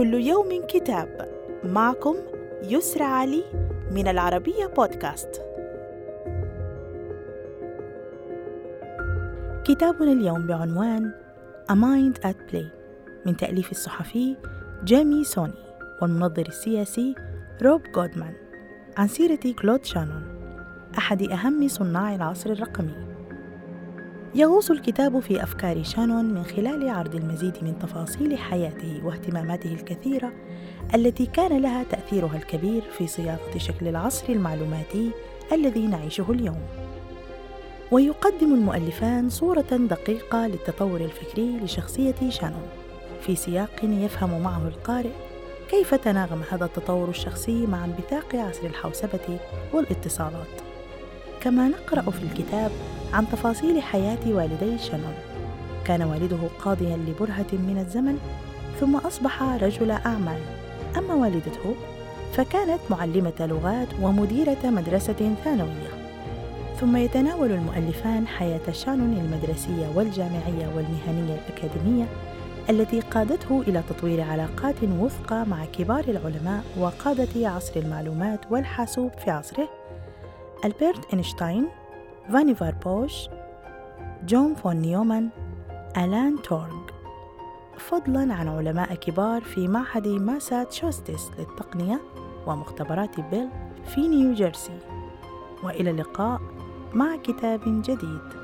كل يوم كتاب. معكم يسرى علي من العربية بودكاست. كتابنا اليوم بعنوان A Mind at Play من تأليف الصحفي جيمي سوني والمنظر السياسي روب جودمان، عن سيرة كلود شانون، أحد أهم صناع العصر الرقمي. يغوص الكتاب في أفكار شانون من خلال عرض المزيد من تفاصيل حياته واهتماماته الكثيرة التي كان لها تأثيرها الكبير في صياغة شكل العصر المعلوماتي الذي نعيشه اليوم. ويقدم المؤلفان صورة دقيقة للتطور الفكري لشخصية شانون في سياق يفهم معه القارئ كيف تناغم هذا التطور الشخصي مع انبثاق عصر الحوسبة والاتصالات. كما نقرأ في الكتاب عن تفاصيل حياة والدي شانون. كان والده قاضياً لبرهة من الزمن، ثم أصبح رجل أعمال. أما والدته فكانت معلمة لغات ومديرة مدرسة ثانوية. ثم يتناول المؤلفان حياة شانون المدرسية والجامعية والمهنية الأكاديمية التي قادته إلى تطوير علاقات وثقة مع كبار العلماء وقادة عصر المعلومات والحاسوب في عصره: ألبرت إينشتاين، فانيفار بوش، جون فون نيومان، ألان تورغ، فضلاً عن علماء كبار في معهد ماساتشوستس للتقنية ومختبرات بيل في نيوجيرسي. وإلى اللقاء مع كتاب جديد.